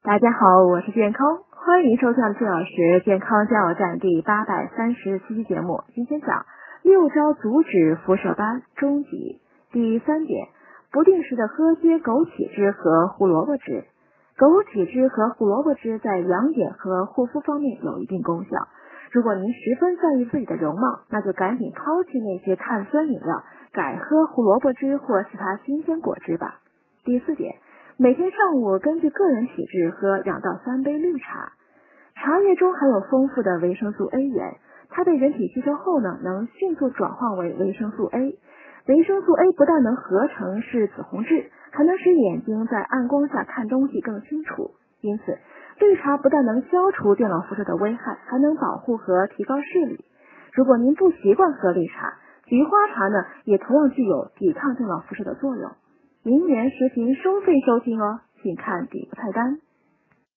大家好，我是健康，欢迎收看最老师健康加油站第837期节目。今天讲6招阻止辐射斑终极。第3点，不定时的喝些枸杞汁和胡萝卜汁。枸杞汁和胡萝卜汁在养眼和护肤方面有一定功效。如果您十分在意自己的容貌，那就赶紧抛弃那些碳酸饮料，改喝胡萝卜汁或其他新鲜果汁吧。第4点，每天上午根据个人体质喝2到3杯绿茶。茶叶中含有丰富的维生素 A 源，它被人体吸收后呢，能迅速转化为维生素 A。维生素 A 不但能合成视紫红质，还能使眼睛在暗光下看东西更清楚。因此，绿茶不但能消除电脑辐射的危害，还能保护和提高视力。如果您不习惯喝绿茶，菊花茶呢，也同样具有抵抗电脑辐射的作用。明年实行收费收听哦，请看底部菜单。